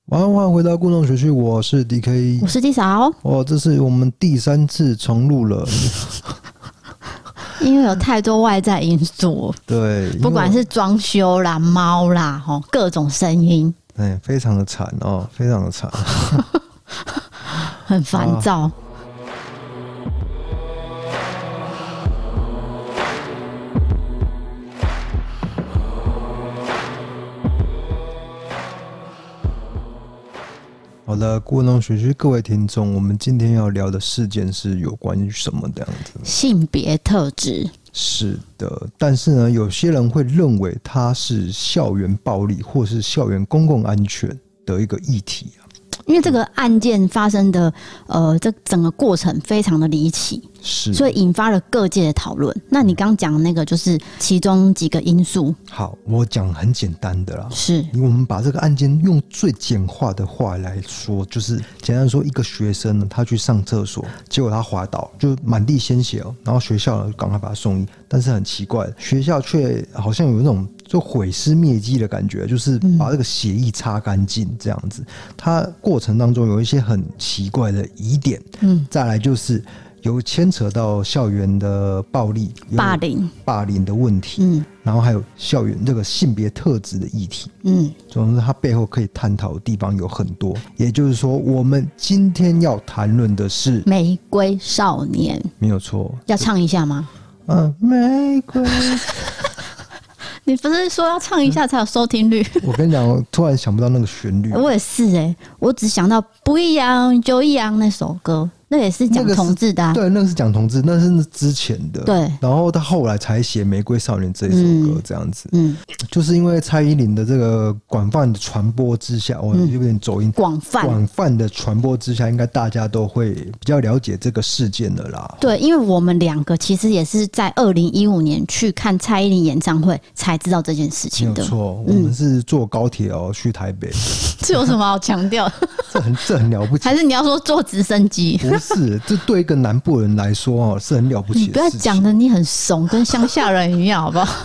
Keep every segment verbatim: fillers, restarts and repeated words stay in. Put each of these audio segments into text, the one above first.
晚安，欢迎回到故弄学区，我是 D K， 我是 D 嫂。 哦，这是我们第三次重录了， 因为有太多外在因素， 对， 不管是装修啦、猫啦，各种声音， 哎，非常的惨哦，非常的惨， 很烦躁。啊好的，故弄学区各位听众，我们今天要聊的事件是有关于什么的样子？ 性别特质。 是的，但是呢，有些人会认为它是校园暴力或是校园公共安全的一个议题啊。 因为这个案件发生的，呃，这整个过程非常的离奇， 是， 所以引发了各界的讨论。那你刚讲的那个就是其中几个因素。 好，我讲很简单的啦， 是， 我们把这个案件用最简化的话来说，就是简单说，一个学生呢，他去上厕所，结果他滑倒，就满地鲜血哦，然后学校呢就赶快把他送医，但是很奇怪，学校却好像有那种就毁尸灭迹的感觉，就是把这个血液擦干净这样子。他过程当中有一些很奇怪的疑点，嗯，再来就是有牵扯到校园的暴力、 霸凌、 霸凌的问题，嗯，然后还有校园这个性别特质的议题，嗯，总之它背后可以探讨的地方有很多。也就是说，我们今天要谈论的是玫瑰少年， 没有错。 要唱一下吗？ 嗯，玫瑰。 你不是说要唱一下才有收听率？ 我跟你讲，我突然想不到那个旋律。 我也是哎、欸，我只想到不一样就一样那首歌，那也是讲同志的、啊那对，那个是讲同志，那是之前的。 对， 然后他后来才写《玫瑰少年》这一首歌，这样子。嗯，就是因为蔡依林的这个广泛的传播之下，我、嗯、有点走音。 广泛广泛的传播之下，应该大家都会比较了解这个事件的啦。 对，因为我们两个其实也是在二零一五年去看蔡依林演唱会才知道这件事情的。 没有错，我们是坐高铁哦、喔、去台北。 这有什么好强调？ 这很这很了不起。 还是你要说坐直升机？ 不是，这对一个南部人来说哦、喔、是很了不起的事情。 你不要讲的你很怂，跟乡下人一样，好不好？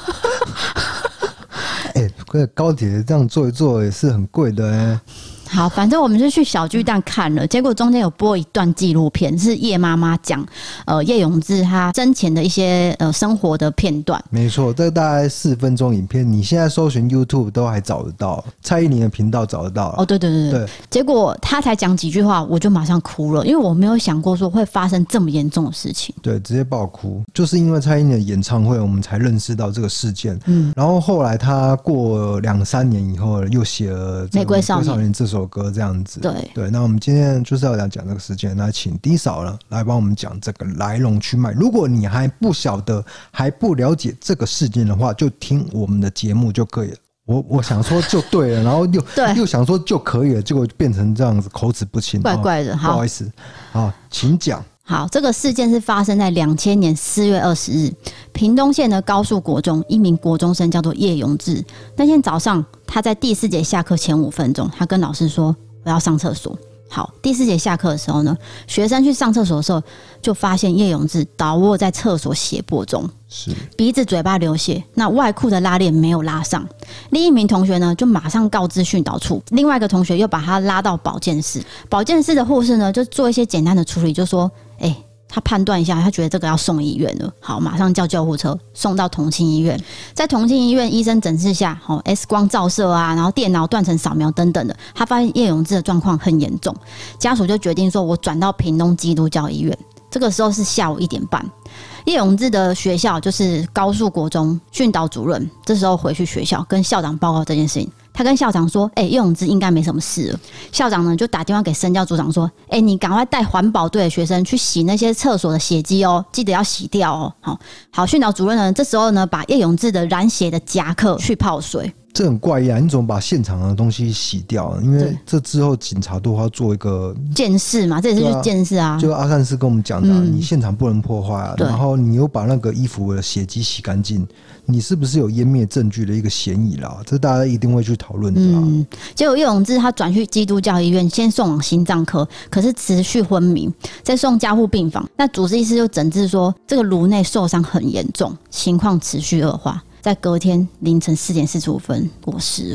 哎、欸，高铁这样坐一坐也是很贵的哎、欸。 好，反正我们就去小巨蛋看了，结果中间有播一段纪录片，是叶妈妈讲呃叶永志他生前的一些呃生活的片段。 没错，这大概四分钟影片，你现在搜寻 YouTube 都还找得到，蔡依林的频道找得到。 哦，对对对 对, 对，结果他才讲几句话，我就马上哭了，因为我没有想过说会发生这么严重的事情。 对，直接爆哭，就是因为蔡依林的演唱会，我们才认识到这个事件。嗯，然后后来他过两三年以后，又写了《 玫瑰少年》这首歌，这样子。 对对，那我们今天就是要来讲这个事件，那请 D 嫂呢来帮我们讲这个来龙去脉。如果你还不晓得、还不了解这个事件的话，就听我们的节目就可以了。我我想说就对了，然后又又想说就可以了，结果变成这样子，口齿不清， 怪怪的。 哦、不好意思，好，请讲。 好，这个事件是发生在两千年四月二十日，屏东县的高树国中，一名国中生叫做叶永志。那天早上，他在第四节下课前五分钟，他跟老师说：“我要上厕所。”好，第四节下课的时候呢，学生去上厕所的时候，就发现叶永志倒卧在厕所血泊中， 是鼻子、嘴巴流血，那外裤的拉链没有拉上。另一名同学呢，就马上告知训导处，另外一个同学又把他拉到保健室，保健室的护士呢，就做一些简单的处理，就说：“哎、欸。”他判断一下，他觉得这个要送医院了。好，马上叫救护车送到同庆医院。在同庆医院医生诊视下，好 X 光照射啊，然后电脑断层扫描等等的，他发现叶永志的状况很严重，家属就决定说，我转到屏东基督教医院。这个时候是下午一点半，叶永志的学校就是高树国中训导主任，这时候回去学校跟校长报告这件事情。他跟校长说：“哎、欸，叶永志应该没什么事了。”校长呢就打电话给生教组长说：“哎、欸，你赶快带环保队的学生去洗那些厕所的血迹哦，记得要洗掉哦。”好，好，训导主任呢这时候呢把叶永志的染血的夹克去泡水。 这很怪异啊！你怎么把现场的东西洗掉？因为这之后警察都要做一个鉴识嘛，这也是去鉴识啊。 就阿善师跟我们讲的、啊嗯，你现场不能破坏啊，然后你又把那个衣服的血迹洗干净，你是不是有湮灭证据的一个嫌疑啦？这大家一定会去讨论的啊。嗯， 结果叶永志他转去基督教医院，先送往心脏科，可是持续昏迷，再送加护病房。那主治医师就诊治说，这个颅内受伤很严重，情况持续恶化。在隔天凌晨四点四十五分过世了。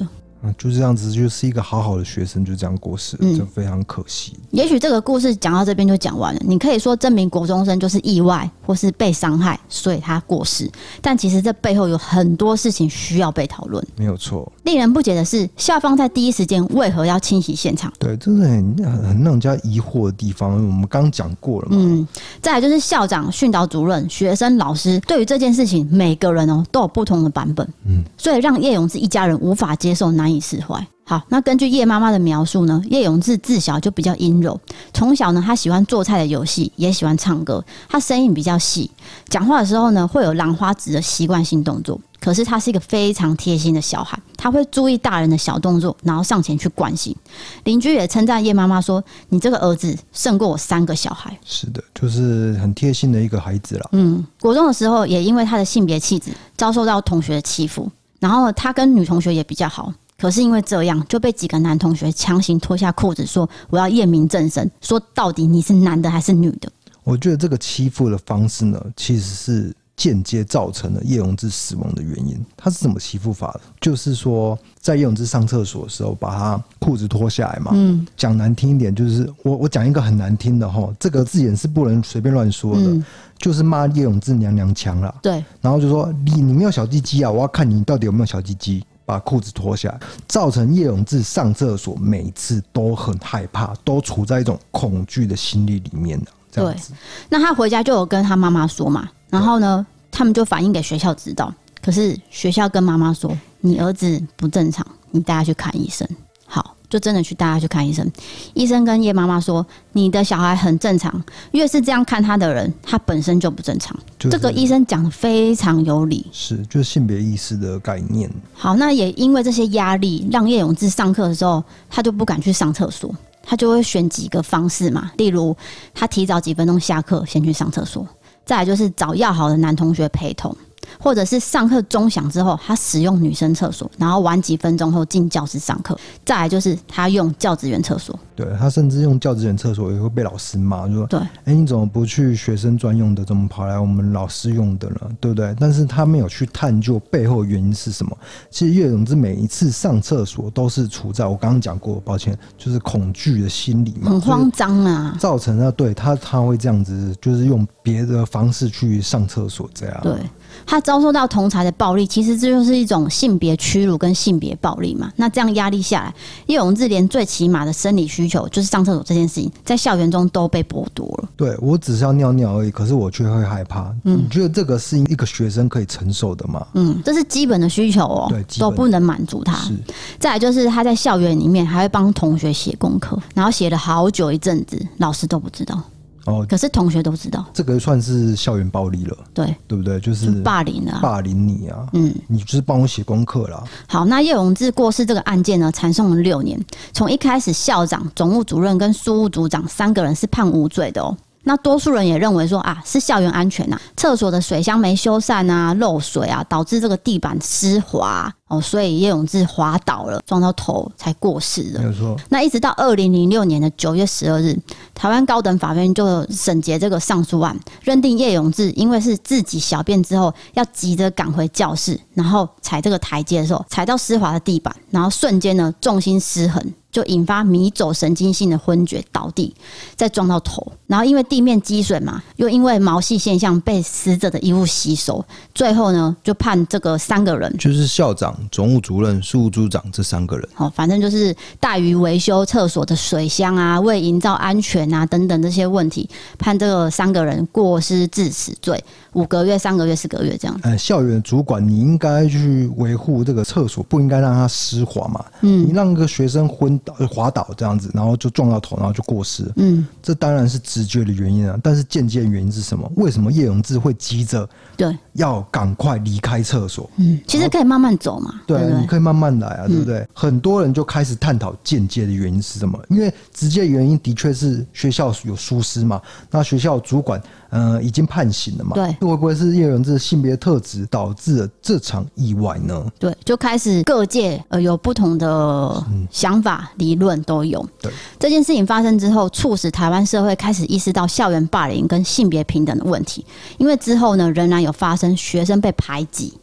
嗯，就这样子，就是一个好好的学生就这样过世了，嗯，就非常可惜。 也许这个故事讲到这边就讲完了，你可以说证明国中生就是意外或是被伤害，所以他过世，但其实这背后有很多事情需要被讨论。 没有错。 令人不解的是，校方在第一时间为何要清洗现场？ 对，这是很很让人家疑惑的地方。我们刚刚讲过了嘛。嗯， 再来就是校长、训导主任、学生、老师对于这件事情，每个人哦都有不同的版本。嗯，所以让叶永志一家人无法接受，难以释怀。好，那根据叶妈妈的描述呢，叶永志自小就比较阴柔，从小呢他喜欢做菜的游戏，也喜欢唱歌，他声音比较细，讲话的时候呢会有兰花指的习惯性动作。可是他是一个非常贴心的小孩，他会注意大人的小动作，然后上前去关心。邻居也称赞叶妈妈说：“你这个儿子胜过我三个小孩。” 是的，就是很贴心的一个孩子啦。 嗯，国中的时候也因为他的性别气质遭受到同学的欺负，然后他跟女同学也比较好。可是因为这样，就被几个男同学强行脱下裤子，说我要验明正身，说到底你是男的还是女的？ 我觉得这个欺负的方式呢，其实是间接造成了叶永志死亡的原因。他是怎么欺负法的？就是说，在叶永志上厕所的时候，把他裤子脱下来嘛。嗯，讲难听一点，就是我我讲一个很难听的哈，这个字眼是不能随便乱说的。嗯，就是骂叶永志娘娘腔啦。 对， 然后就说你你没有小鸡鸡啊，我要看你到底有没有小鸡鸡。把裤子脱下来，造成叶永志上厕所每次都很害怕，都处在一种恐惧的心理里面的。这样子， 那他回家就有跟他妈妈说嘛，然后呢，他们就反映给学校知道。可是学校跟妈妈说，你儿子不正常，你带他去看医生。好，就真的去带他去看医生。医生跟叶妈妈说，你的小孩很正常，越是这样看他的人，他本身就不正常。就是、这个医生讲得非常有理， 是就是性别意识的概念。 好，那也因为这些压力，让叶永志上课的时候，他就不敢去上厕所，他就会选几个方式嘛，例如他提早几分钟下课先去上厕所，再来就是找要好的男同学陪同。或者是上课钟响之后，他使用女生厕所，然后晚几分钟后进教室上课。再来就是他用教职员厕所， 对，他甚至用教职员厕所也会被老师骂，就说：“对，哎、欸，你怎么不去学生专用的，怎么跑来我们老师用的呢？对不对？”但是他没有去探究背后原因是什么。其实叶永志每一次上厕所都是处在我刚刚讲过，抱歉，就是恐惧的心理嘛， 很慌张啊， 造成了对他他会这样子，就是用别的方式去上厕所这样。 对。他遭受到同侪的暴力，其实这就是一种性别屈辱跟性别暴力嘛。那这样压力下来，叶永志连最起码的生理需求，就是上厕所这件事情，在校园中都被剥夺了。 对，我只是要尿尿而已，可是我却会害怕。嗯，你觉得这个是一个学生可以承受的吗？ 嗯，这是基本的需求哦， 对， 都不能满足他。是，再来就是他在校园里面还会帮同学写功课，然后写了好久一阵子，老师都不知道。哦，可是同学都知道， 这个算是校园暴力了， 对对不对？就是霸凌啊， 霸凌你啊，嗯，你就是帮我写功课啦。 好，那叶永志过世这个案件呢，缠讼了六年，从一开始校长、总务主任跟书务组长三个人是判无罪的哦。那多数人也认为说啊，是校园安全啊，厕所的水箱没修缮啊，漏水啊，导致这个地板湿滑哦，所以叶永志滑倒了，撞到头才过世的。 没有错。 那一直到二零零六年的九月十二日，台湾高等法院就审结这个上诉案，认定叶永志因为是自己小便之后要急着赶回教室，然后踩这个台阶的时候踩到湿滑的地板，然后瞬间呢重心失衡，就引发迷走神经性的昏厥倒地，再撞到头，然后因为地面积水嘛，又因为毛细现象被死者的衣物吸收，最后呢就判这个三个人， 就是校长、总务主任、书务组长这三个人， 哦，反正就是怠于维修厕所的水箱啊，为营造安全啊等等这些问题，判这个三个人过失致死罪，五个月、三个月、四个月这样子。 呃，校园主管你应该去维护这个厕所，不应该让它湿滑嘛。嗯，你让一个学生昏倒、滑倒这样子，然后就撞到头，然后就过世。嗯，这当然是直觉的原因啊，但是间接原因是什么？为什么叶永志会急着对要赶快离开厕所？嗯， 其实可以慢慢走嘛。 对， 对对， 你可以慢慢来啊，对不对？嗯，很多人就开始探讨间接的原因是什么，因为直接原因的确是学校有疏失嘛，那学校主管呃已经判刑了嘛， 对， 会不会是叶永志的性别特质导致了这场意外呢？ 对，就开始各界呃有不同的想法、嗯、理论都有。 对， 这件事情发生之后，促使台湾社会开始意识到校园霸凌跟性别平等的问题，因为之后呢，仍然有发生学生被排挤、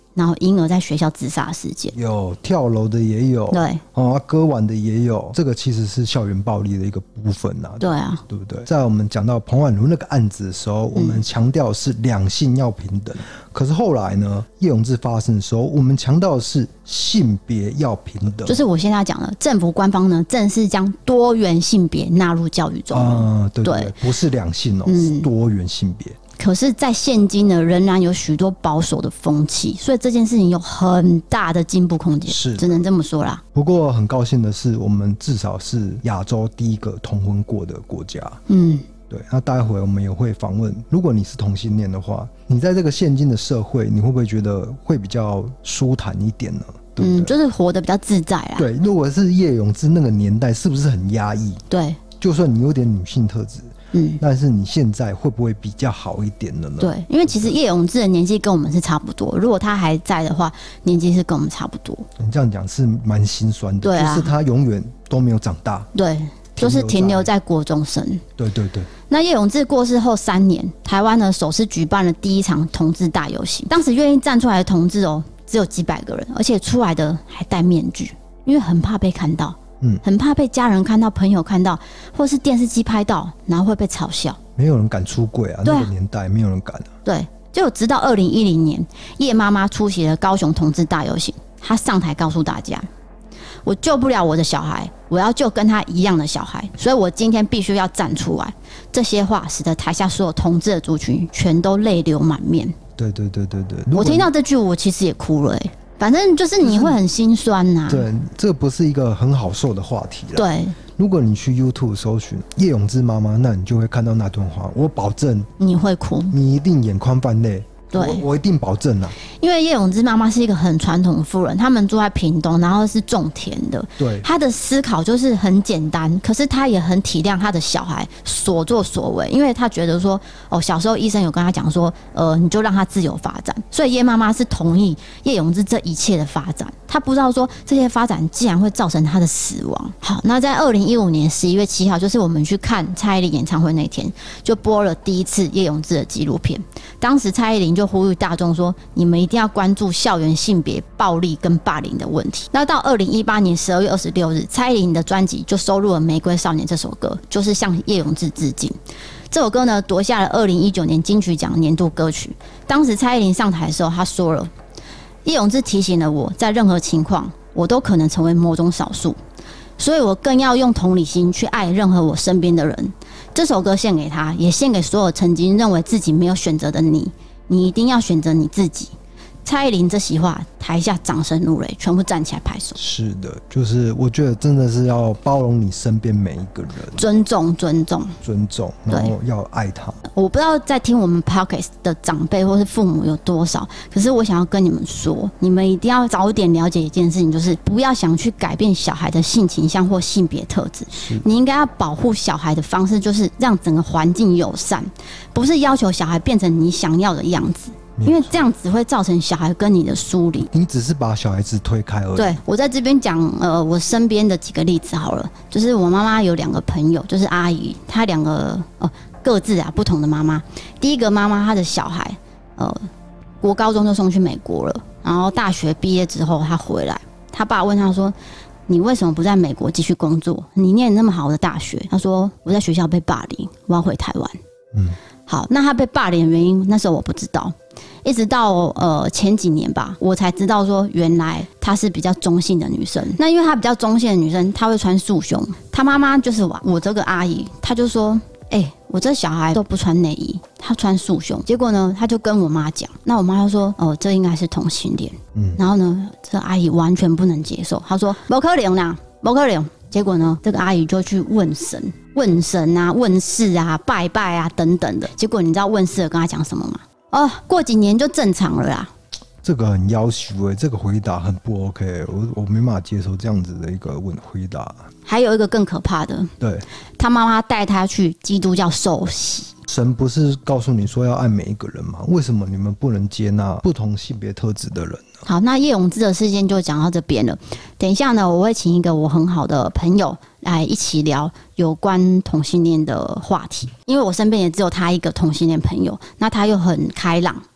然后因而在学校自杀的事件。 有跳楼的也有， 对哦，啊割腕的也有，这个其实是校园暴力的一个部分啊。 对啊， 对不对？在我们讲到彭婉如那个案子的时候，我们强调是两性要平等，嗯、可是后来呢，叶永志发生的时候，我们强调的是性别要平等。 就是我现在讲的，政府官方呢正式将多元性别纳入教育中了。 啊、对 对, 对，不是两性哦，嗯、是多元性别。 可是，在现今呢，仍然有许多保守的风气，所以这件事情有很大的进步空间， 是只能这么说啦。 不过很高兴的是，我们至少是亚洲第一个同婚过的国家。 嗯， 对。那待会我们也会访问，如果你是同性恋的话，你在这个现今的社会，你会不会觉得会比较舒坦一点呢？对对嗯， 就是活得比较自在啦。 对，如果是叶永志那个年代，是不是很压抑？ 对， 就算你有点女性特质。 嗯， 但是你现在会不会比较好一点了呢？ 对，因为其实叶永志的年纪跟我们是差不多，如果他还在的话，年纪是跟我们差不多。 你这样讲是蛮心酸的， 对啊， 就是他永远都没有长大， 对，就是停留在国中生。 对对对。 那叶永志过世后三年，台湾呢首次举办了第一场同志大游行，当时愿意站出来的同志哦，只有几百个人，而且出来的还戴面具，因为很怕被看到。嗯，很怕被家人看到、朋友看到，或是电视机拍到，然后会被嘲笑。 没有人敢出柜啊， 啊那个年代没有人敢啊。 对，就直到二零一零年，叶妈妈出席了高雄同志大游行，她上台告诉大家：“我救不了我的小孩，我要救跟他一样的小孩，所以我今天必须要站出来。”这些话使得台下所有同志的族群全都泪流满面。 对对对对对， 我听到这句，我其实也哭了、欸。反正就是你会很心酸呐、啊。 对，这不是一个很好受的话题啦。 对， 如果你去 YouTube 搜寻叶永志妈妈，那你就会看到那段话，我保证你会哭， 你一定眼眶泛泪。 对， 我, 我一定保证啊。 因为叶永志妈妈是一个很传统的妇人，他们住在屏东，然后是种田的。 对， 她的思考就是很简单，可是她也很体谅她的小孩所作所为，因为她觉得说，哦，小时候医生有跟她讲说，呃，你就让他自由发展，所以叶妈妈是同意叶永志这一切的发展。她不知道说这些发展竟然会造成他的死亡。好，那在二零一五年十一月七号，就是我们去看蔡依林演唱会那天，就播了第一次叶永志的纪录片。当时蔡依林就呼吁大众说，你们一定要关注校园性别暴力跟霸凌的问题。那到二零一八年十二月二十六日，蔡依林的专辑就收录了《玫瑰少年》这首歌，就是向叶永志致敬。这首歌呢，夺下了二零一九年金曲奖年度歌曲。当时蔡依林上台的时候，她说了：“叶永志提醒了我，在任何情况，我都可能成为某种少数，所以我更要用同理心去爱任何我身边的人。”这首歌献给他，也献给所有曾经认为自己没有选择的你。你一定要选择你自己。蔡依林这席话，台下掌声如雷，全部站起来拍手。 是的，就是我觉得真的是要包容你身边每一个人， 尊重、尊重、 尊重，然后要爱他。 我不知道在听我们 podcast 的长辈或是父母有多少，可是我想要跟你们说，你们一定要早点了解一件事情，就是不要想去改变小孩的性倾向或性别特质。你应该要保护小孩的方式，就是让整个环境友善，不是要求小孩变成你想要的样子。因为这样子会造成小孩跟你的疏离， 你只是把小孩子推开而已。 对，我在这边讲，呃，我身边的几个例子好了，就是我妈妈有两个朋友，就是阿姨，她两个呃各自啊不同的妈妈。第一个妈妈她的小孩，呃，国高中就送去美国了，然后大学毕业之后她回来，她爸问她说：“你为什么不在美国继续工作？你念那么好的大学？”她说：“我在学校被霸凌，我要回台湾。”嗯，好，那她被霸凌的原因，那时候我不知道。一直到呃前几年吧，我才知道说原来她是比较中性的女生。那因为她比较中性的女生，她会穿束胸。她妈妈就是我我这个阿姨，她就说：“哎、欸，我这小孩都不穿内衣，他穿束胸。”结果呢，她就跟我妈讲，那我妈就说：“哦，这应该是同性恋。”嗯，然后呢，这阿姨完全不能接受，她说：“不可能啦，不可能。”结果呢，这个阿姨就去问神、问神啊、问事啊、拜拜啊等等的。结果你知道问事的跟她讲什么吗？哦，过几年就正常了啦。 这个很要求哎、欸，这个回答很不 OK， 我我没办法接受这样子的一个问回答。 还有一个更可怕的， 对， 他妈妈带他去基督教受洗。 神不是告诉你说要爱每一个人吗？为什么你们不能接纳不同性别特质的人呢？ 好，那叶永志的事件就讲到这边了。等一下呢，我会请一个我很好的朋友来一起聊有关同性恋的话题，因为我身边也只有他一个同性恋朋友，那他又很开朗，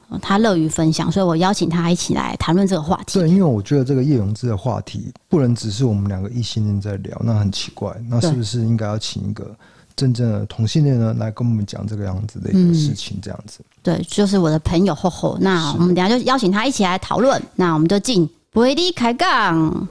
他乐于分享，所以我邀请他一起来谈论这个话题。 对，因为我觉得这个叶永志的话题不能只是我们两个异性恋在聊，那很奇怪。那是不是应该要请一个真正的同性恋呢来跟我们讲这个样子的一个事情？这样子、嗯， 对，就是我的朋友厚厚。那我们等一下就邀请他一起来讨论。那我们就进不会离开杠。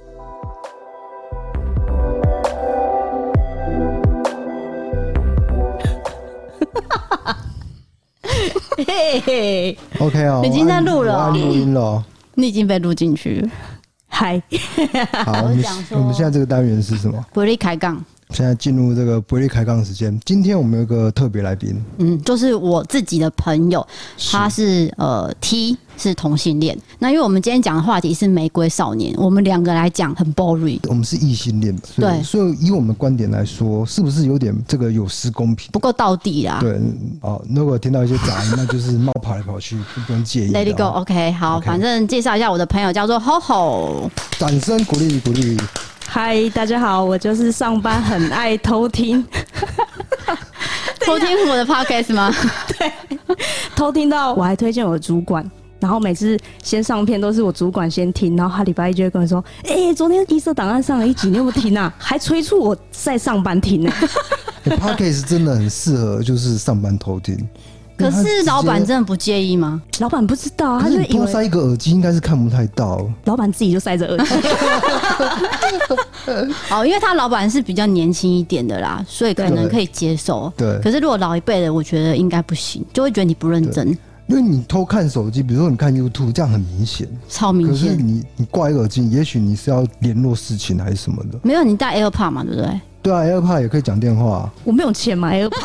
嘿嘿 ，OK 哦， 已经在录了、哦， 按录音了、哦， 你已经被录进去了。嗨， 好，我们我们现在这个单元是什么？ 不会离开杠。 现在进入这个不会开杠时间。今天我们有个特别来宾， 嗯，就是我自己的朋友，他是呃 T 是同性恋。那因为我们今天讲的话题是玫瑰少年，我们两个来讲很 boring。 我们是异性恋，对，所以以我们的观点来说，是不是有点这个有失公平？ 不够道地啦。 对，哦，如果听到一些杂音，那就是猫跑来跑去，不用介意。 Let it go，OK，、okay, 好， okay. 反正介绍一下我的朋友叫做 Hoho， 掌声鼓励鼓励。 嗨，大家好，我就是上班很爱偷听， 偷听我的 podcast 吗？ 对，偷听到我还推荐我的主管，然后每次先上片都是我主管先听，然后他礼拜一就会跟我说：“哎、欸，昨天异色档案上了一集，你有没有听啊？”还催促我在上班听呢、 欸。podcast 真的很适合就是上班偷听。 可是老板真的不介意吗？ 老板不知道啊， 他就多塞一个耳机应该是看不太到。 老板自己就塞着耳机。 哦，因为他老板是比较年轻一点的啦，所以可能可以接受。 对。 可是如果老一辈的，我觉得应该不行，就会觉得你不认真。 因为你偷看手机，比如说你看 YouTube， 这样很明显， 超明显。 可是你你挂一个耳机，也许你是要联络事情还是什么的。 没有，你戴 AirPod 嘛，对不对？ 对啊 ，AirPod 也可以讲电话、啊。 我没有钱买 AirPod。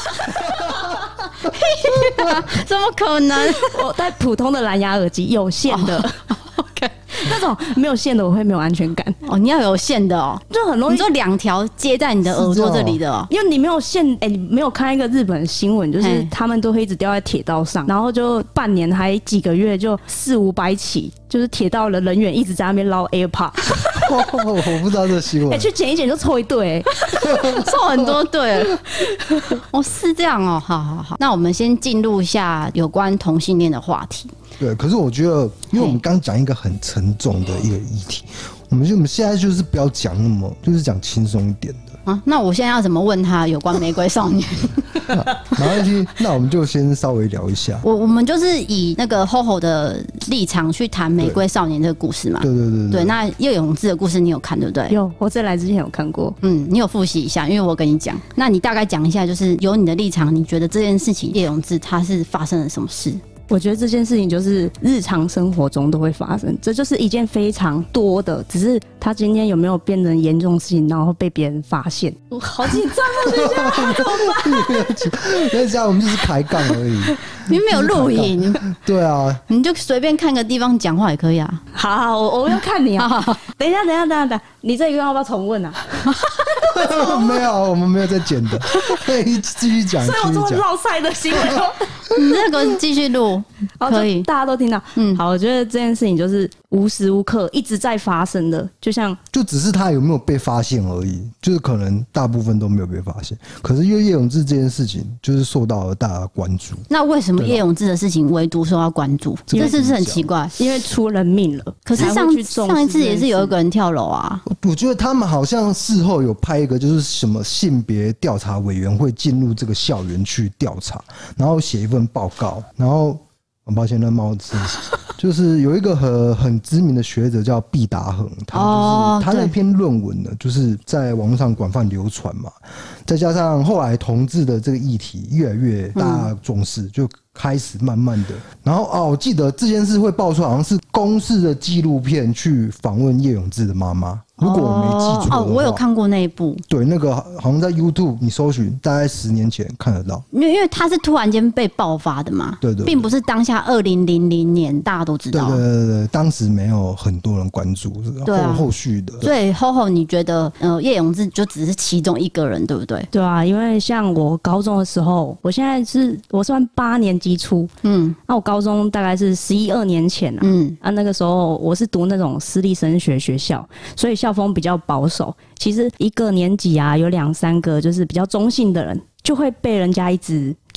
怎么可能？ 我戴普通的蓝牙耳机，有线的。 Oh, OK， 那种没有线的我会没有安全感。 哦，你要有线的哦， 就很容易。 你说两条接在你的耳朵这里的哦， 因为你没有线，哎、欸，你没有看一个日本新闻，就是他们都会一直掉在铁道上，然后就半年还几个月就四五百起，就是铁道的人员一直在那边捞 AirPod。 哦、我不知道这新闻。 哎、欸，去捡一捡就凑一对、 欸，凑很多对。哦，是这样哦，好好好。那我们先进入一下有关同性恋的话题。 对，可是我觉得，因为我们刚讲一个很沉重的一个议题，我们就我们现在就是不要讲那么，就是讲轻松一点的。 啊，那我现在要怎么问他有关玫瑰少年？ 没关系，那我们就先稍微聊一下。 我我们就是以那个 Hoho 的立场去谈玫瑰少年这个故事嘛。 对对 对, 对, 对, 对。那叶永志的故事你有看对不对？ 有，我在来之前有看过。 嗯，你有复习一下，因为我跟你讲，那你大概讲一下，就是由你的立场，你觉得这件事情叶永志他是发生了什么事？ 我觉得这件事情就是日常生活中都会发生，这就是一件非常多的，只是他今天有没有变成严重事情，然后被别人发现。我好紧张哦，等一下怎么办？ 等一下我们就是抬杠而已， 你没有录影。 对啊， 你就随便看个地方讲话也可以啊。 好好，我我要看你啊。等一下，等一下，等一下，等一下，你这一个要不要重问啊？ 没有，我们没有在剪的，可以继续讲。 所以我这么绕赛的行为， 你这个继续录可以， 大家都听到。嗯，好，我觉得这件事情就是无时无刻一直在发生的，就像就只是他有没有被发现而已，就是可能大部分都没有被发现。可是因为叶永志这件事情，就是受到了大家的关注。 那为什么叶永志的事情唯独受到关注？这是不是很奇怪？ 因为出人命了。 可是上上一次也是有一个人跳楼啊。 我觉得他们好像事后有拍一个，就是什么性别调查委员会进入这个校园去调查，然后写一份报告，然后很抱歉，那帽子就是有一个很很知名的学者叫毕达恒，他就是他那篇论文呢，就是在网络上广泛流传嘛，再加上后来同志的这个议题越来越大家重视，就开始慢慢的，然后哦，我记得这件事会爆出来，好像是公视的纪录片去访问叶永志的妈妈。如果我没记错的话， 哦，我有看过那一部。 对，那个好像在 YouTube 你搜寻，大概十年前看得到。 因为因为它是突然间被爆发的嘛， 对 对, 对， 并不是当下二零零零年大家都知道。 对对对对，当时没有很多人关注，对啊，后后续的。 所以 Hoho 你觉得呃叶永志就只是其中一个人，对不对？ 对啊，因为像我高中的时候，我现在是我算八年级初，嗯，那我高中大概是十一二年前啊，嗯，啊那个时候我是读那种私立升学学校，所以校风比较保守。其实一个年级啊，有两三个就是比较中性的人，就会被人家一直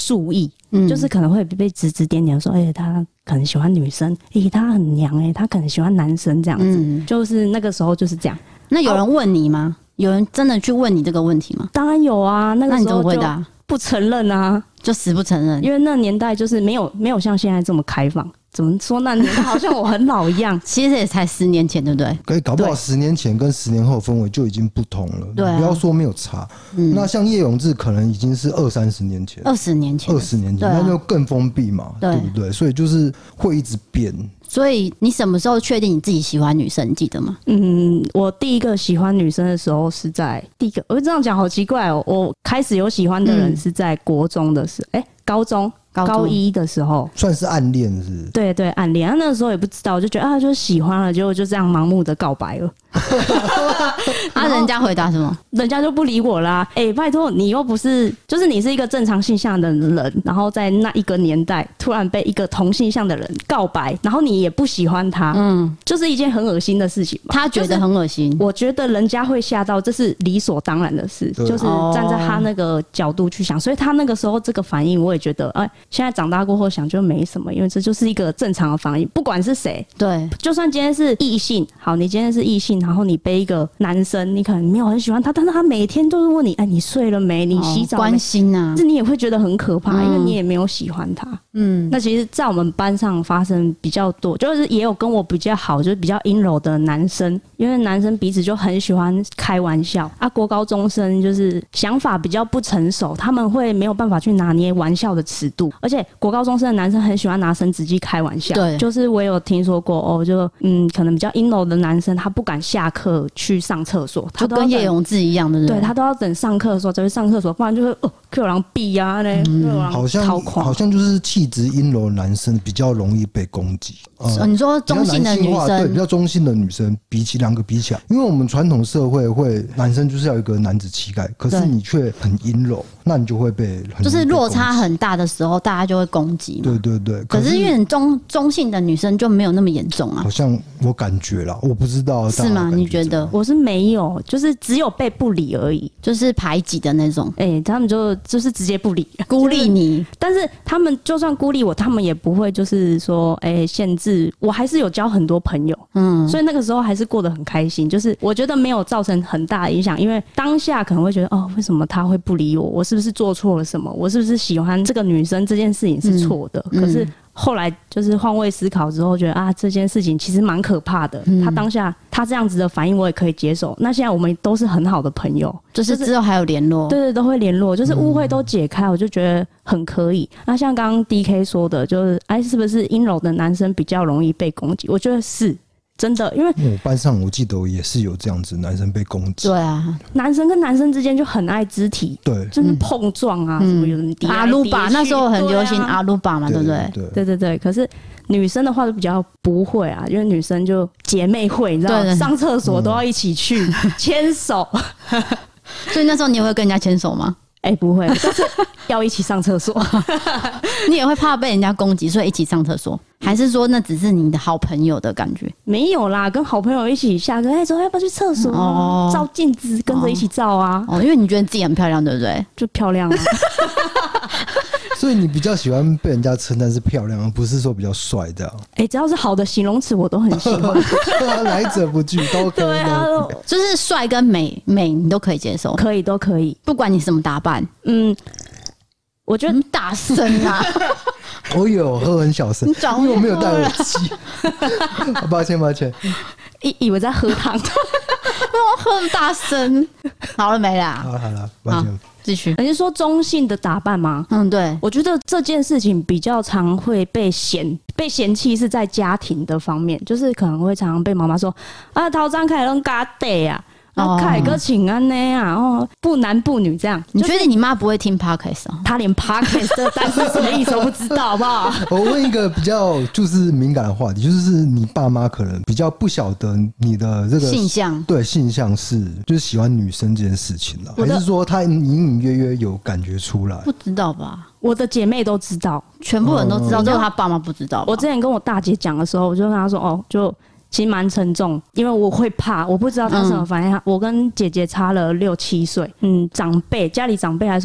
注意， 嗯就是可能会被指指点点说，哎、欸，他可能喜欢女生，哎、欸，他很娘、欸，哎，他可能喜欢男生这样子，嗯、就是那个时候就是这样。 那有人问你吗？有人真的去问你这个问题吗？ 当然有啊，那个时候就不承认啊， 就死不承认， 因为那年代就是没有没有像现在这么开放。怎么说那年代好像我很老一样， 其实也才十年前，对不对？ 可以搞不好十年前跟十年后的氛围就已经不同了。 对、啊， 不要说没有差。嗯、那像叶永志可能已经是二三十年前， 二十年前， 二十年前，那、啊、就更封闭嘛， 对, 对不对？所以就是会一直变。 所以你什么时候确定你自己喜欢女生？你记得吗？ 嗯，我第一个喜欢女生的时候是在第一个，我这样讲好奇怪哦。我开始有喜欢的人是在国中的时候，哎、嗯欸，高中。高, 高一的时候算是暗恋是不是？ 对对，暗恋。那个时候也不知道，就觉得啊，就是喜欢了，结果就这样盲目的告白了。 啊，人家回答什么？ 人家就不理我啦。哎、欸，拜托，你又不是，就是你是一个正常性向的人，然后在那一个年代突然被一个同性向的人告白，然后你也不喜欢他，嗯，就是一件很恶心的事情嘛。 他觉得很恶心、就是， 我觉得人家会吓到，这是理所当然的事，就是站在他那个角度去想，所以他那个时候这个反应，我也觉得，哎、欸，现在长大过后想就没什么，因为这就是一个正常的反应，不管是谁， 对， 就算今天是异性，好，你今天是异性，然后你背一个男生，你可能没有很喜欢他，但是他每天都是问你，哎，你睡了没？你洗澡没？ 关心啊， 这你也会觉得很可怕、嗯，因为你也没有喜欢他。嗯，那其实，在我们班上发生比较多，就是也有跟我比较好，就是比较阴柔的男生，因为男生彼此就很喜欢开玩笑啊。国高中生就是想法比较不成熟，他们会没有办法去拿捏玩笑的尺度，而且国高中生的男生很喜欢拿生殖器开玩笑。 对， 就是我有听说过哦，就嗯，可能比较阴柔的男生，他不敢下课去上厕所，他就跟叶永志一样的， 对，他都要等上课的时候才会上厕所，不然就会哦，有人逼啊嘞， 好像好像就是气质阴柔的男生比较容易被攻击。 呃、你说中性的女生， 对，比较中性的女生，比起两个比起来，因为我们传统社会会男生就是要有一个男子气概，可是你却很阴柔，那你就会被很就是落差很大的时候，大家就会攻击嘛。 对对对， 可是因为中中性的女生就没有那么严重啊。 好像我感觉啦，我不知道是吗？你觉得？ 我是没有，就是只有被不理而已， 就是排挤的那种。 哎、欸，他们就就是直接不理， 孤立你。 但是他们就算孤立我，他们也不会就是说，哎、欸，限制我，还是有交很多朋友。嗯，所以那个时候还是过得很开心。就是我觉得没有造成很大的影响，因为当下可能会觉得，哦，为什么他会不理我？我是不是做错了什么？我是不是喜欢这个女生？这件事情是错的。嗯、可是后来就是换位思考之后，觉得啊，这件事情其实蛮可怕的。嗯、他当下他这样子的反应，我也可以接受。那现在我们都是很好的朋友， 就是之后还有联络， 对对，都会联络，就是误会都解开，我就觉得很可以。那像刚刚 D K 说的，就是哎，是不是阴柔的男生比较容易被攻击？我觉得是。真的，因为我班上我记得也是有这样子，男生被攻击。 对啊， 男生跟男生之间就很爱肢体， 对， 就是碰撞啊，嗯、什么有人阿鲁巴，那时候很流行阿鲁巴嘛，对不对？ 对对对对。可是女生的话就比较不会啊，因为女生就姐妹会，你知道吗？上厕所都要一起去牵、嗯、手。 所以那时候你也会跟人家牵手吗？ 哎、欸，不会，但是要一起上厕所。 你也会怕被人家攻击，所以一起上厕所？还是说那只是你的好朋友的感觉？ 没有啦，跟好朋友一起下课，哎、欸，走，要不要去厕所、啊？哦，照镜子，跟着一起照啊。 哦，因为你觉得自己很漂亮，对不对？ 就漂亮啊。 所以你比较喜欢被人家称赞是漂亮，而不是说比较帅的。 哎、欸，只要是好的形容词，我都很喜欢。 来者不拒，都可以。 对啊， 就是帅跟美美，你都可以接受， 可以都可以， 不管你什么打扮。 嗯，我觉得、 嗯、大声啊！ 我有喝很小声，因为我没有戴耳机。抱歉抱歉， 以以为在喝汤， 我喝很大声。好了没啦？ 好了好了，抱歉。 继续。 你是说中性的打扮吗？ 嗯，对。 我觉得这件事情比较常会被嫌被嫌弃，是在家庭的方面，就是可能会常常被妈妈说啊，头张开拢嘎地啊。啊，凯哥请安呢啊，哦，不男不女这样。 你确定你妈不会听 podcast 啊？ 她连 podcast 这单词什么意思都不知道，好不好？ 我问一个比较就是敏感的话题，就是你爸妈可能比较不晓得你的这个性向， 对性向是就是喜欢女生这件事情啊，还是说他隐隐约约有感觉出来？ 不知道吧？ 我的姐妹都知道， 全部人都知道，只有他爸妈不知道。 我之前跟我大姐讲的时候，我就跟她说，哦，就。其实蛮沉重，因为我会怕，我不知道他什么反应。嗯、我跟姐姐差了六七岁，嗯，长辈家里长辈还说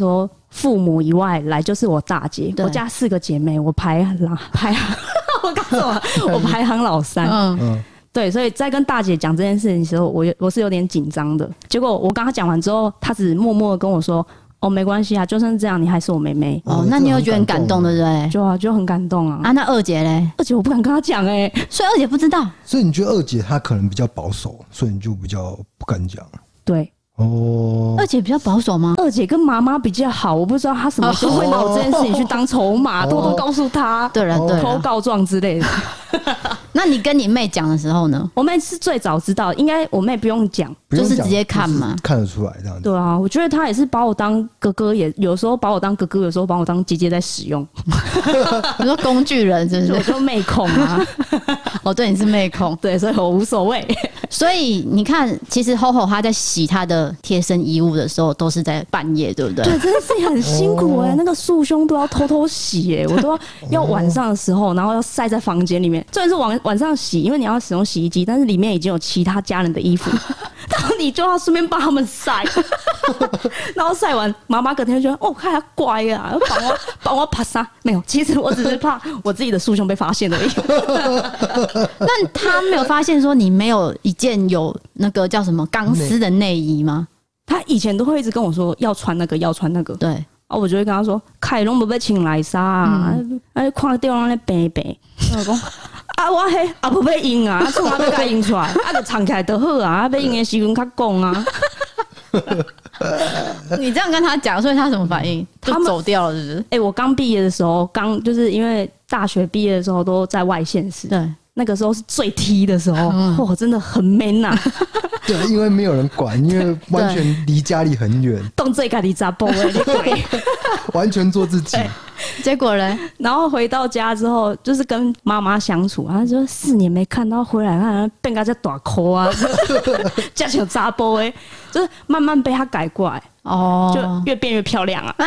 父母以外来就是我大姐， 对我家四个姐妹，我排行排行，我告诉我，我排行老三。 嗯嗯， 对，所以在跟大姐讲这件事情的时候，我有我是有点紧张的。结果我跟她讲完之后，她只默默的跟我说：“哦，没关系啊，就算这样，你还是我妹妹。 哦，那你有觉得很感动，对不对？ 就啊，就很感动啊。 啊，那二姐嘞？ 而且我不敢跟她讲哎， 所以二姐不知道。 所以你觉得二姐她可能比较保守，所以你就比较不敢讲。 对。 哦， 二姐比较保守吗？ 二姐跟妈妈比较好，我不知道她什么时候会拿我这件事情去当筹码， 哦偷偷告诉她， 对了对了， 偷告状之类的。 那你跟你妹讲的时候呢？ 我妹是最早知道，应该我妹不用讲， 不用讲就是直接看嘛， 就是看得出来这样子。 对啊，我觉得她也是把我当哥哥，也有时候把我当哥哥，有时候把我当姐姐在使用。 你说工具人是不我是？ 就妹控啊， 哦，对，你是妹控， 对，所以我无所谓。 所以你看，其实 Ho Ho 他在洗他的贴身衣物的时候，都是在半夜，对不对？ 对，这件事情很辛苦哎、欸，那个束胸都要偷偷洗哎、欸，我都要要晚上的时候，然后要晒在房间里面。重点是晚晚上洗，因为你要使用洗衣机，但是里面已经有其他家人的衣服，然后你就要顺便帮他们晒，然后晒完，妈妈隔天就觉得哦，看他乖啊，帮我帮我爬沙。没有，其实我只是怕我自己的束胸被发现而已。 那他没有发现说你没有一件有那个叫什么钢丝的内衣吗？ 他以前都会一直跟我说要穿那个，要穿那个。 对。 啊，我就会跟他说：“凯龙不被请来杀啊，哎，看到人咧白白。”我讲啊，我嘿啊不被印啊，从哪被甲印出来？啊，就藏起来就好啊，被印的时阵较讲啊。 你这样跟他讲，所以他什么反应？就他们走掉了，是不是？ 哎、欸，我刚毕业的时候，刚就是因为大学毕业的时候都在外县市， 对， 那个时候是最 T 的时候，嗯、哦，真的很 man 呐、啊。 对，因为没有人管，因为完全离家里很远， 动这个你咋播哎，你鬼， 完全做自己。 结果呢？ 然后回到家之后，就是跟妈妈相处，然后就四年没看到回来，看变个在大哭啊，加像杂波哎，就是慢慢被他改过来，哦，就越变越漂亮啊。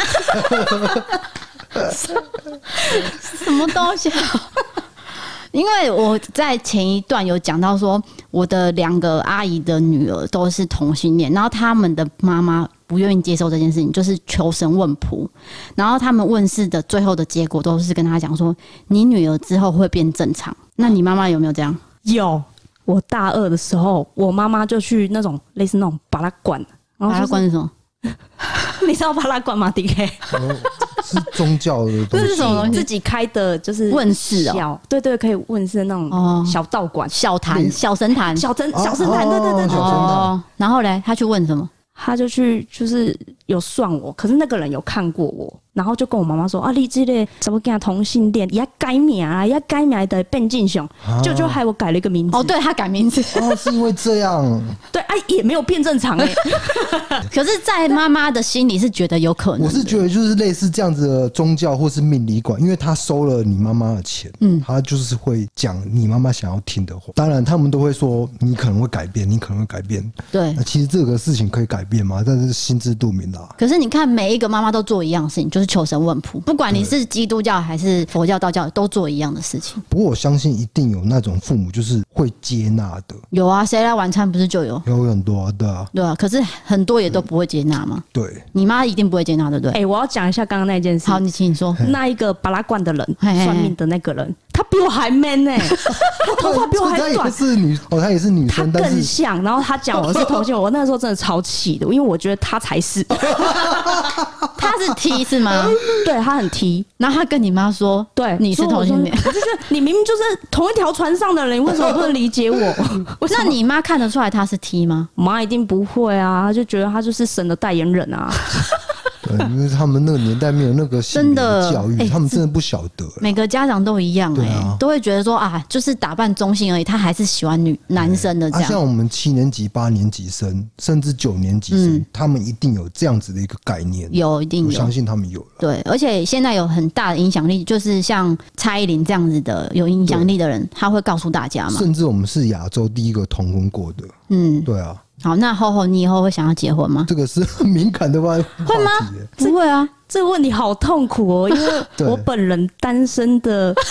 什么东西、啊？因为我在前一段有讲到说，我的两个阿姨的女儿都是同性恋，然后他们的妈妈不愿意接受这件事情，就是求神问卜，然后他们问世的最后的结果都是跟他讲说，你女儿之后会变正常。那你妈妈有没有这样？ 有，我大二的时候，我妈妈就去那种类似那种巴拉馆， 巴拉馆是什么？ 你知道巴拉馆吗 ？D K 是宗教的东西， 这是什么东西？ 自己开的，就是问世哦， 对对，可以问世那种小道馆、 小坛、小神坛、 小神小神坛，对对对， 小神坛。 然后嘞，他去问什么？ 他就去就是有算我，可是那个人有看过我，然后就跟我妈妈说啊，你这个怎么跟他同性恋，也改名啊，也改名的变进雄，就就害我改了一个名字。 哦，对他改名字， 哦，是因为这样。 对，哎、啊，也没有变正常哎、 欸。可是，在妈妈的心里是觉得有可能。 我是觉得就是类似这样子的宗教或是命理馆，因为他收了你妈妈的钱，嗯，他就是会讲你妈妈想要听的话。当然，他们都会说你可能会改变，你可能会改变。 对， 那其实这个事情可以改变吗？但是心知肚明啦。 可是你看，每一个妈妈都做一样的事情，就是求神问卜，不管你是基督教还是佛教、道教，都做一样的事情。 不过我相信一定有那种父母就是会接纳的。 有啊，谁来晚餐不是就有？ 有很多啊，对啊， 对啊。可是很多也都不会接纳嘛。 对， 你妈一定不会接纳，对不对？ 哎、欸，我要讲一下刚刚那件事。 好，你请你说。 那一个巴拉罐的人，算命的那个人，他比我还 man 呢、欸，他头发比我还短。 他也是女哦，他也是女生， 他更像。然后他讲我是同性，我那时候真的超气的，因为我觉得他才是。 他是 T 是吗？ 对，他很 T。 然后他跟你妈说， 对， 你是同性恋， 我就觉得你明明就是同一条船上的人，你为什么不能理解我？ 那你妈看得出来他是 T 吗？ 妈一定不会啊，她就觉得他就是神的代言人啊。 因为他们那个年代没有那个性别的教育，欸、他们真的不晓得。 每个家长都一样哎、欸啊，都会觉得说啊，就是打扮中性而已，他还是喜欢女男生的这样。 啊、像我们七年级、八年级生，甚至九年级生、嗯，他们一定有这样子的一个概念。 有，一定有， 我相信他们有了。 对，而且现在有很大的影响力，就是像蔡依林这样子的有影响力的人，他会告诉大家嘛。 甚至我们是亚洲第一个同婚过的。嗯，对啊。 好，那Ho Ho，你以后会想要结婚吗？ 这个是很敏感的话题。 会吗？不会啊， 这个问题好痛苦哦，因为我本人单身的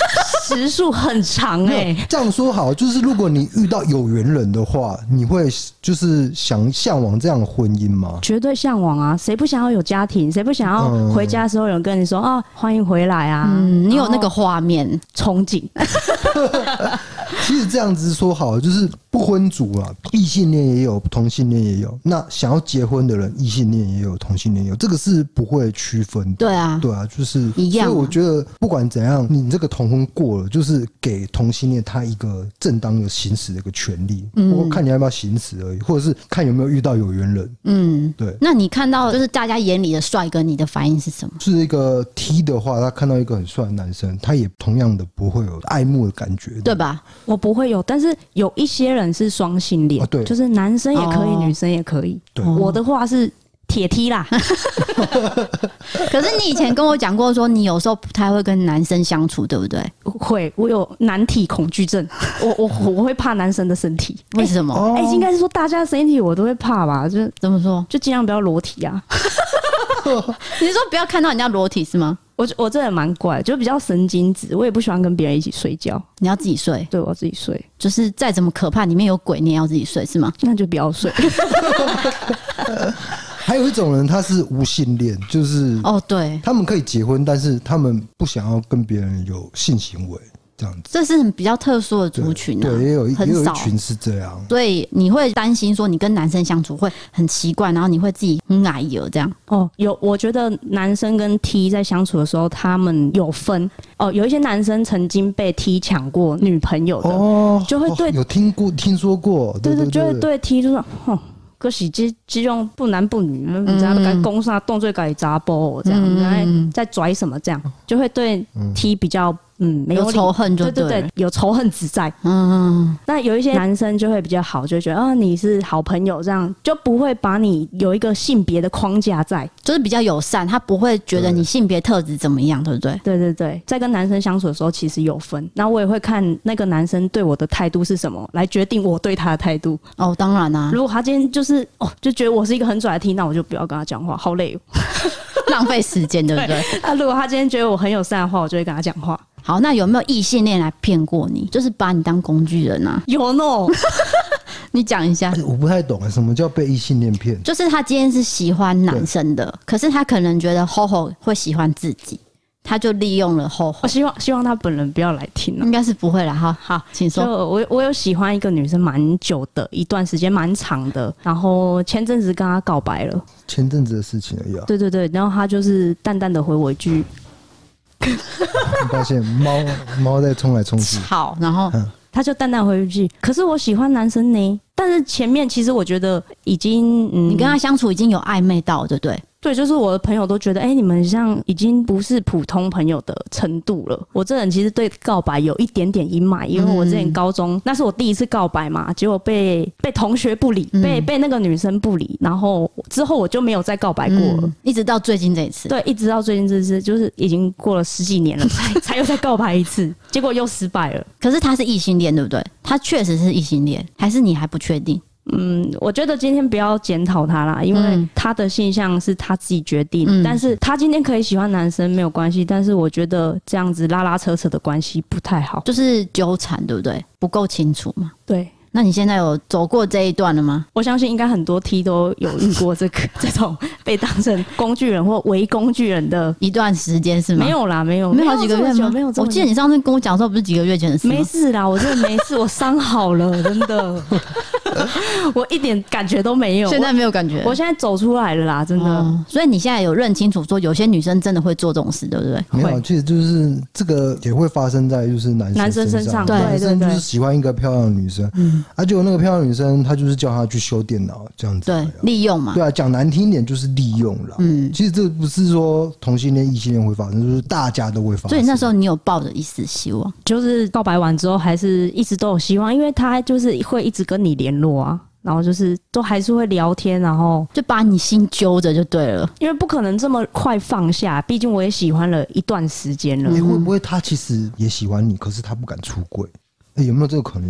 时数很长哎、欸。 这样说好，就是如果你遇到有缘人的话，你会就是想向往这样的婚姻吗？ 绝对向往啊！谁不想要有家庭？谁不想要回家的时候有人跟你说、嗯、啊，欢迎回来啊？ 嗯，你有那个画面憧憬。 其实这样子说好，就是不婚族啊，异性恋也有，同性恋也有。那想要结婚的人，异性恋也有，同性恋也有，这个是不会区分的。 对啊， 对啊，就是一样。 所以我觉得不管怎样，你这个同婚过了，就是给同性恋他一个正当的行使的一个权利。嗯，我看你要不要行使而已，或者是看有没有遇到有缘人。嗯，对。 那你看到就是大家眼里的帅哥，你的反应是什么？ 是一个 T 的话，他看到一个很帅的男生，他也同样的不会有爱慕的感觉， 对吧？ 我不会有，但是有一些人是双性恋、 啊，对， 就是男生也可以， 哦、 女生也可以。 对， 我的话是铁梯啦。 可是你以前跟我讲过，说你有时候不太会跟男生相处，对不对？ 会，我有男体恐惧症，我我我会怕男生的身体。 为什么？ 哎、欸欸，应该是说大家的身体我都会怕吧？就怎么说？ 就尽量不要裸体啊。 你是说不要看到人家裸体是吗？ 我我这人蛮怪，就比较神经质，我也不喜欢跟别人一起睡觉。 你要自己睡？ 对，我要自己睡。 就是再怎么可怕，里面有鬼，你也要自己睡是吗？ 那就不要睡。 还有一种人，他是无性恋，就是哦，对， 他们可以结婚，但是他们不想要跟别人有性行为。这样子， 这是比较特殊的族群啊， 对，也有也有一很群是这样， 所以你会担心说你跟男生相处会很奇怪，然后你会自己很矮油这样。 哦，有，我觉得男生跟 T 在相处的时候，他们有分哦，有一些男生曾经被 T 抢过女朋友的，哦，就会对、 哦、有听过听说过，对对对, 对, 对, 对，就会对 T 就说，哦。可是这这种不男不女，你知道该攻杀动作该查波这样，嗯、在拽什么这样，就会对 T 比较嗯没有, 有仇恨就对， 对对对，有仇恨值在。嗯，那有一些男生就会比较好，就会觉得啊你是好朋友，这样就不会把你有一个性别的框架在， 就是比较友善，他不会觉得你性别特质怎么样，对不对？ 对对对，在跟男生相处的时候，其实有分，那我也会看那个男生对我的态度是什么，来决定我对他的态度。 哦，当然啊， 如果他今天就是哦就觉得我是一个很拽的 T， 那我就不要跟他讲话，好累哦。 浪费时间，对不对？ 那如果他今天觉得我很友善的话，我就会跟他讲话。 好，那有没有异性恋来骗过你？就是把你当工具人啊？ 有呢， 你讲一下。 欸、我不太懂什么叫被异性恋骗。 就是他今天是喜欢男生的，可是他可能觉得 Hoho 会喜欢自己，他就利用了 Hoho。 我希望希望他本人不要来听了， 应该是不会啦。好，好，请说。 我我有喜欢一个女生蛮久的一段时间，蛮长的，然后前阵子跟她告白了。 前阵子的事情而已啊。 对对对，然后他就是淡淡的回我一句。 我发现猫猫在冲来冲去， 好，然后、 嗯、 他就淡淡回一句：“可是我喜欢男生呢。”但是前面其实我觉得已经，嗯， 你跟他相处已经有暧昧到，对不对？ 对，就是我的朋友都觉得，哎、欸，你们像已经不是普通朋友的程度了。我这人其实对告白有一点点阴霾，因为我之前高中、嗯、那是我第一次告白嘛，结果被被同学不理，嗯、被被那个女生不理，然后之后我就没有再告白过了， 嗯、一直到最近这一次。 对，一直到最近这次，就是已经过了十几年了，才才又再告白一次，结果又失败了。 可是他是异性恋，对不对？他确实是异性恋，还是你还不确定？ 嗯，我觉得今天不要检讨他啦，因为他的性向是他自己决定、嗯、但是他今天可以喜欢男生没有关系，但是我觉得这样子拉拉扯扯的关系不太好， 就是纠缠，对不对？不够清楚嘛。 对， 那你现在有走过这一段了吗？ 我相信应该很多 T 都有遇过这个这种被当成工具人或为工具人的一段时间是吗？ 没有啦，没有， 没有好几个月吗？ 没有， 我记得你上次跟我讲说不是几个月前的事吗？ 没事啦，我真的没事，我伤好了，真的。我一点感觉都没有， 现在没有感觉， 我, 我现在走出来了啦，真的、哦。 所以你现在有认清楚说，有些女生真的会做这种事，对不对？ 没有，其实就是这个也会发生在就是男生男生身上， 对男生就是喜欢一个漂亮的女生，嗯，啊，结果那个漂亮的女生，她就是叫她去修电脑这样子， 对，利用嘛， 对啊，讲难听一点就是利用啦。嗯，其实这不是说同性恋、异性恋会发生，就是大家都会发生。 所以那时候你有抱着一丝希望， 就是告白完之后还是一直都有希望，因为他就是会一直跟你联络啊。然后就是都还是会聊天，然后就把你心揪着就对了， 因为不可能这么快放下，毕竟我也喜欢了一段时间了。 你、欸、会不会他其实也喜欢你，可是他不敢出柜？欸、有没有这个可能性？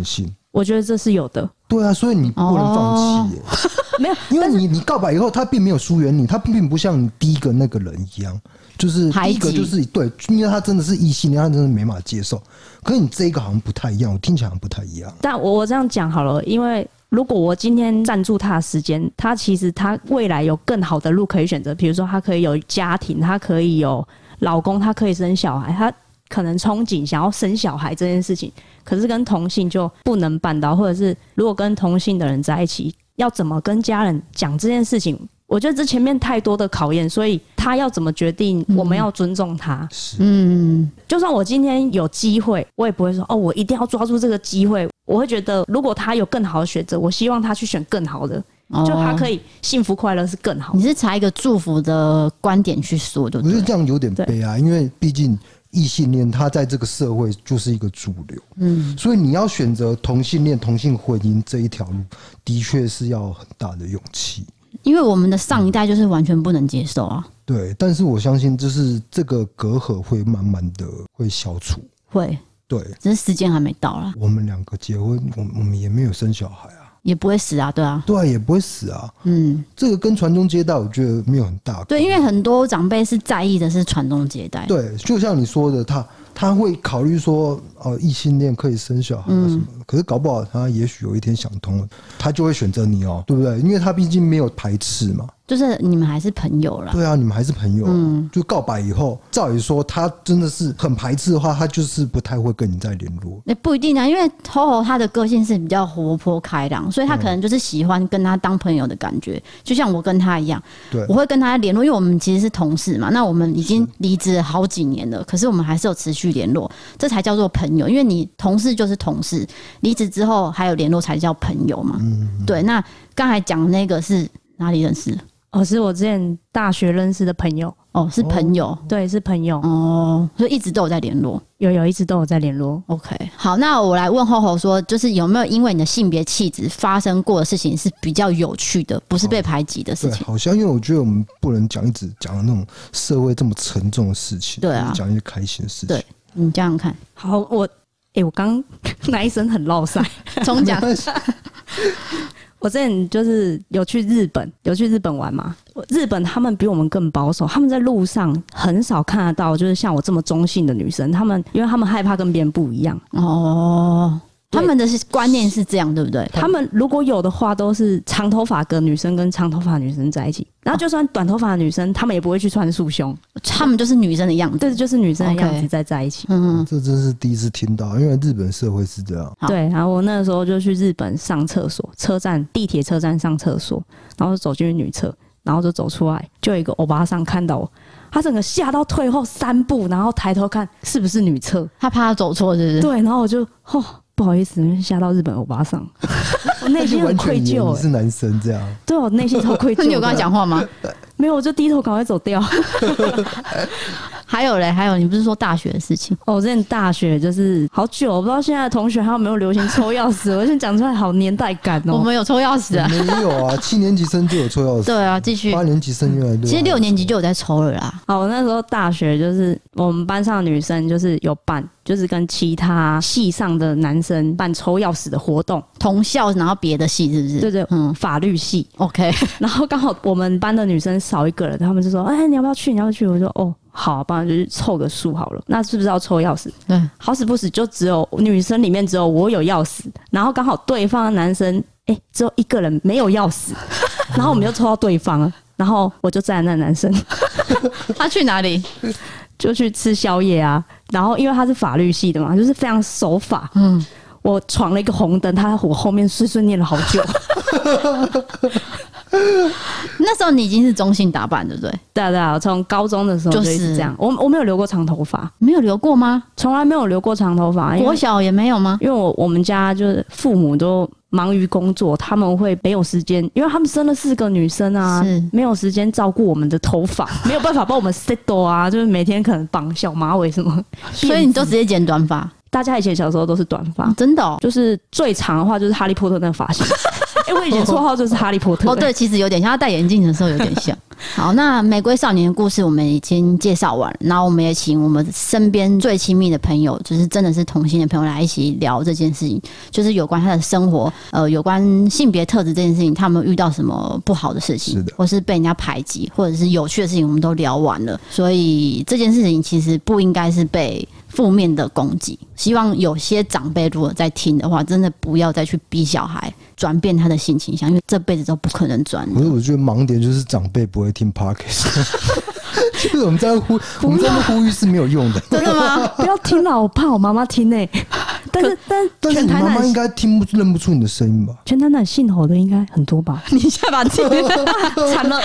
我觉得这是有的。 对啊，所以你不能放弃耶、欸。 没有， 因为你你告白以后，他并没有疏远你，他并不像你第一个那个人一样，就是第一个就是对，因为他真的是异性恋，他真的没办法接受。可是你这一个好像不太一样，我听起来好像不太一样。 但我我这样讲好了，因为如果我今天赞助他的时间，他其实他未来有更好的路可以选择，比如说他可以有家庭，他可以有老公，他可以生小孩，他可能憧憬想要生小孩这件事情，可是跟同性就不能办到，或者是如果跟同性的人在一起，要怎么跟家人讲这件事情，我觉得这前面太多的考验，所以他要怎么决定，我们要尊重他。 嗯， 就算我今天有机会，我也不会说哦，我一定要抓住这个机会。我会觉得，如果他有更好的选择，我希望他去选更好的，哦、就他可以幸福快乐是更好的。 你是采一个祝福的观点去说的， 我觉得这样有点悲哀，因为毕竟异性恋他在这个社会就是一个主流，嗯，所以你要选择同性恋、同性婚姻这一条路，的确是要很大的勇气。 因为我们的上一代就是完全不能接受啊。 对，但是我相信，就是这个隔阂会慢慢的会消除。 会， 对， 只是时间还没到啦。 我们两个结婚，我我们也没有生小孩啊， 也不会死啊，对啊， 对啊，也不会死啊。嗯，这个跟传宗接代，我觉得没有很大。 对，因为很多长辈是在意的是传宗接代。 对，就像你说的，他他会考虑说，呃，异性恋可以生小孩啊什么的、嗯，可是搞不好他也许有一天想通了，他就会选择你哦，对不对？因为他毕竟没有排斥嘛。 就是你们还是朋友啦。 对啊，你们还是朋友、啊。嗯，就告白以后，照理说他真的是很排斥的话，他就是不太会跟你再联络。 也不一定啊，因为 Toho 他的个性是比较活泼开朗，所以他可能就是喜欢跟他当朋友的感觉，嗯、就像我跟他一样。对，我会跟他联络，因为我们其实是同事嘛。那我们已经离职了好几年了，可是我们还是有持续联络，这才叫做朋友。因为你同事就是同事，离职之后还有联络才叫朋友嘛。嗯，对。那刚才讲的那个是哪里认识的？ 哦，是我之前大学认识的朋友。 哦，是朋友。哦、 对，是朋友。 哦，所以一直都有在联络。 有有，一直都有在联络。 OK， 好，那我来问厚厚说，就是有没有因为你的性别气质发生过的事情是比较有趣的，不是被排挤的事情？ 对，好像因为我觉得我们不能讲一直讲那种社会这么沉重的事情， 对啊， 讲一些开心的事情。 对，你这样看。 好，我哎、欸，我刚那一声很落塞， 重讲。 我之前就是有去日本，有去日本玩嘛。日本他们比我们更保守，他们在路上很少看得到，就是像我这么中性的女生。他们因为他们害怕跟别人不一样哦。 他们的观念是这样，对不对？ 他们如果有的话，都是长头发的女生跟长头发的女生在一起，然后就算短头发的女生，他们也不会去穿束胸， 他们就是女生的样子， 对，就是女生的样子在在一起。 Okay. 嗯，这真是第一次听到，因为日本社会是这样。 对，然后我那个时候就去日本上厕所，车站地铁车站上厕所，然后就走进去女厕，然后就走出来，就有一个欧巴桑看到我。他整个吓到退后三步，然后抬头看是不是女厕， 他怕他走错，是不是？ 对，然后我就哦。不好意思，吓到日本欧巴桑，我内心很愧疚、欸。 你是男生这样？ 对，我内心超愧疚。 你有跟他讲话吗？ 没有，我就低头赶快走掉。 还有嘞，还有，你不是说大学的事情？ 哦，我之前大学就是好久，我不知道现在的同学还有没有流行抽钥匙。我现在讲出来好年代感哦。 我们有抽钥匙啊？ 没有啊，七年级生就有抽钥匙。 对啊，继续。 八年级生越来越多。 其实六年级就有在抽了啦。 好，我那时候大学就是我们班上的女生就是有办，就是跟其他系上的男生办抽钥匙的活动， 同校然后别的系是不是？ 对对，嗯，法律系 ，OK。 然后刚好我们班的女生少一个人，他们就说：“哎，你要不要去？你要不要去？”我说：“哦。”好，不然就是凑个数好了。那是不是要抽钥匙？对，好死不死就只有女生里面只有我有钥匙，然后刚好对方的男生哎、欸、只有一个人没有钥匙，然后我们就抽到对方了，然后我就载那男生， 他去哪里？ 就去吃宵夜啊。然后因为他是法律系的嘛，就是非常守法。嗯，我闯了一个红灯，他在我后面碎碎念了好久。 那时候你已经是中性打扮，对不对？ 对啊对啊，从高中的时候就一直这样。我我没有留过长头发， 没有留过吗？ 从来没有留过长头发。 国小也没有吗？ 因为我我们家就是父母都忙于工作，他们会没有时间，因为他们生了四个女生啊，没有时间照顾我们的头发，没有办法帮我们 set 啊，就是每天可能绑小马尾什么， 所以你都直接剪短发。 大家以前小时候都是短发、 哦，真的哦， 就是最长的话就是哈利波特那个发型。哎、欸，我以前绰号就是哈利波特、欸。 哦，对，其实有点像，他戴眼镜的时候有点像。 好，那玫瑰少年的故事我们已经介绍完，然后我们也请我们身边最亲密的朋友，就是真的是同性的朋友来一起聊这件事情，就是有关他的生活，呃，有关性别特质这件事情，他们遇到什么不好的事情， 是的， 或是被人家排挤，或者是有趣的事情，我们都聊完了。所以这件事情其实不应该是被负面的攻击。希望有些长辈如果在听的话，真的不要再去逼小孩转变他的性倾向，因为这辈子都不可能转。 可是我觉得盲点就是长辈不会听 podcast。就是我们在呼，我们在那呼吁是没有用的。 真的吗？ 不要听了，我怕我妈妈听诶、欸。但是但但是你妈妈应该听不认不出你的声音吧？ 全台南姓侯的应该很多吧？ 你现在把自己惨了，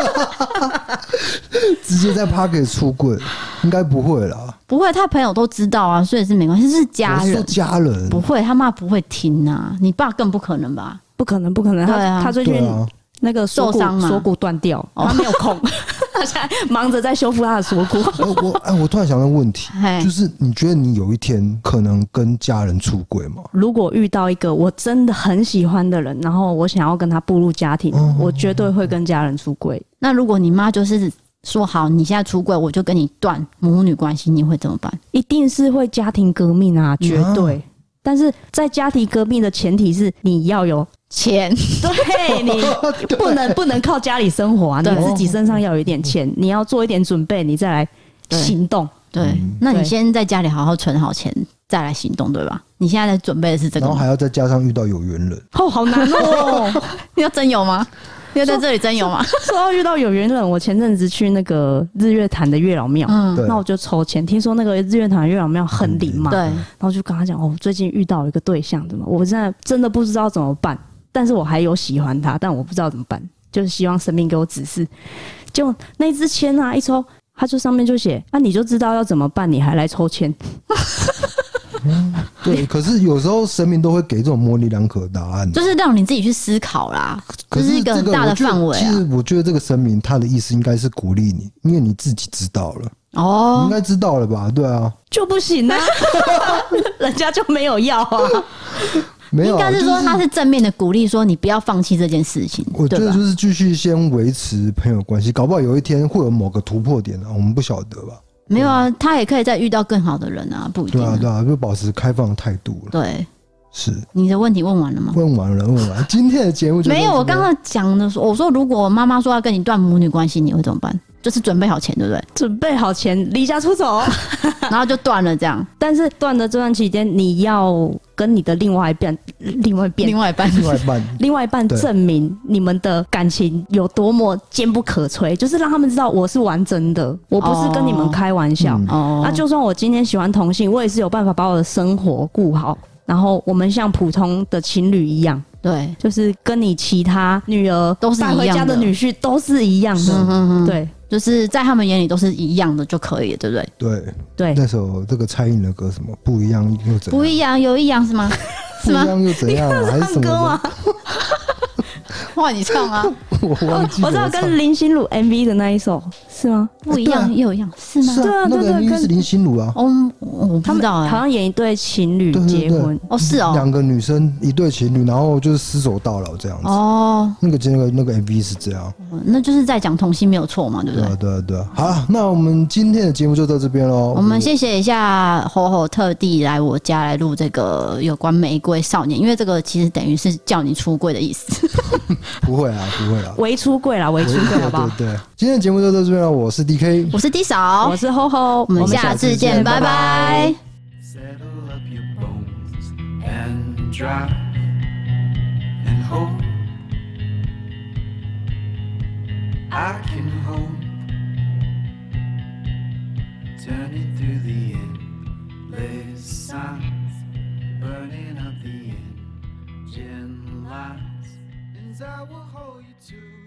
直接在 podcast 出柜，应该不会啦。 不会，他朋友都知道啊，所以是没关系，是家人。 我说家人不会，他妈不会听啊，你爸更不可能吧？ 不可能，不可能。 对啊， 他他最近那个受伤嘛， 锁骨断掉，他没有空。他现在忙着在修复他的锁骨。 我哎，我突然想到问题，就是你觉得你有一天可能跟家人出轨吗？ 如果遇到一个我真的很喜欢的人，然后我想要跟他步入家庭，嗯、我绝对会跟家人出轨。 那如果你妈就是说好，你现在出轨，我就跟你断母女关系，你会怎么办？ 一定是会家庭革命啊，绝对。嗯、但是在家庭革命的前提是你要有钱，对，你不能不能靠家里生活啊，你自己身上要有一点钱，你要做一点准备，你再来行动。 对，对嗯、那你先在家里好好存好钱，再来行动，对吧？你现在在准备的是这个， 然后还要再加上遇到有缘人， 哦，好难哦！ 你要真有吗？你要在这里真有吗？ 说到遇到有缘人，我前阵子去那个日月潭的月老庙，嗯，那我就抽签，听说那个日月潭的月老庙很灵嘛， 对， 然后就跟他讲，哦，最近遇到一个对象，怎么？我现在真的不知道怎么办。但是我还有喜欢他，但我不知道怎么办，就是希望神明给我指示。就那支签啊，一抽，他就上面就写，啊，你就知道要怎么办，你还来抽签。 嗯、对，可是有时候神明都会给这种模棱两可的答案， 就是让你自己去思考啦。 可是这是一个很大的范围、啊。 其实我觉得这个神明他的意思应该是鼓励你，因为你自己知道了。哦，你应该知道了吧？对啊， 就不行啊，人家就没有要啊。 没有， 应该是说他是正面的鼓励，说你不要放弃这件事情。 我觉得就是继续先维持朋友关系，搞不好有一天会有某个突破点啊，我们不晓得吧？ 没有啊，他也可以再遇到更好的人啊，不一定、啊。 对啊，对啊，就保持开放的态度了。 对， 是。 你的问题问完了吗？ 问完了，问完了。今天的节目就没有。我刚刚讲的说，我说如果妈妈说要跟你断母女关系，你会怎么办？就是准备好钱，对不对？ 准备好钱，离家出走， 然后就断了这样。 但是断的这段期间，你要跟你的另外一半、另外一半、 另外一半、 另外一半、 另外一半证明你们的感情有多么坚不可摧，就是让他们知道我是玩真的，我不是跟你们开玩笑。哦、嗯，那就算我今天喜欢同性，我也是有办法把我的生活顾好，然后我们像普通的情侣一样。对，就是跟你其他女儿都是一样的， 带回家的女婿都是一样的。嗯嗯嗯对， 就是在他们眼里都是一样的就可以了，对不对？ 对对。 那时候这个蔡依林的歌什么不一样又怎样？ 不一样有一样是吗？ 不一样又怎样、啊？还是什么的？ 哇，你唱啊！ 我忘记了。 我知道跟林心如 M V 的那一首是吗？ 不一样又一样是吗？ 对啊，那个 M V 是林心如啊。 哦，我不知道哎， 好像演一对情侣结婚。 哦，是哦， 两个女生一对情侣，然后就是厮守到老这样子。哦，那个那个那个 M V 是这样。 那就是在讲同性没有错嘛，对不对？ 对啊，对啊，对啊。好，那我们今天的节目就到这边喽。 我们谢谢一下吼吼特地来我家来录这个有关玫瑰少年，因为这个其实等于是叫你出柜的意思。 不会啊，不会啊， 微出柜啦，微出柜好不好？ 对对对，今天的节目就到这边了。我是 D K， 我是 D 嫂， 我是吼吼， 我们下次见，拜拜。I will hold you to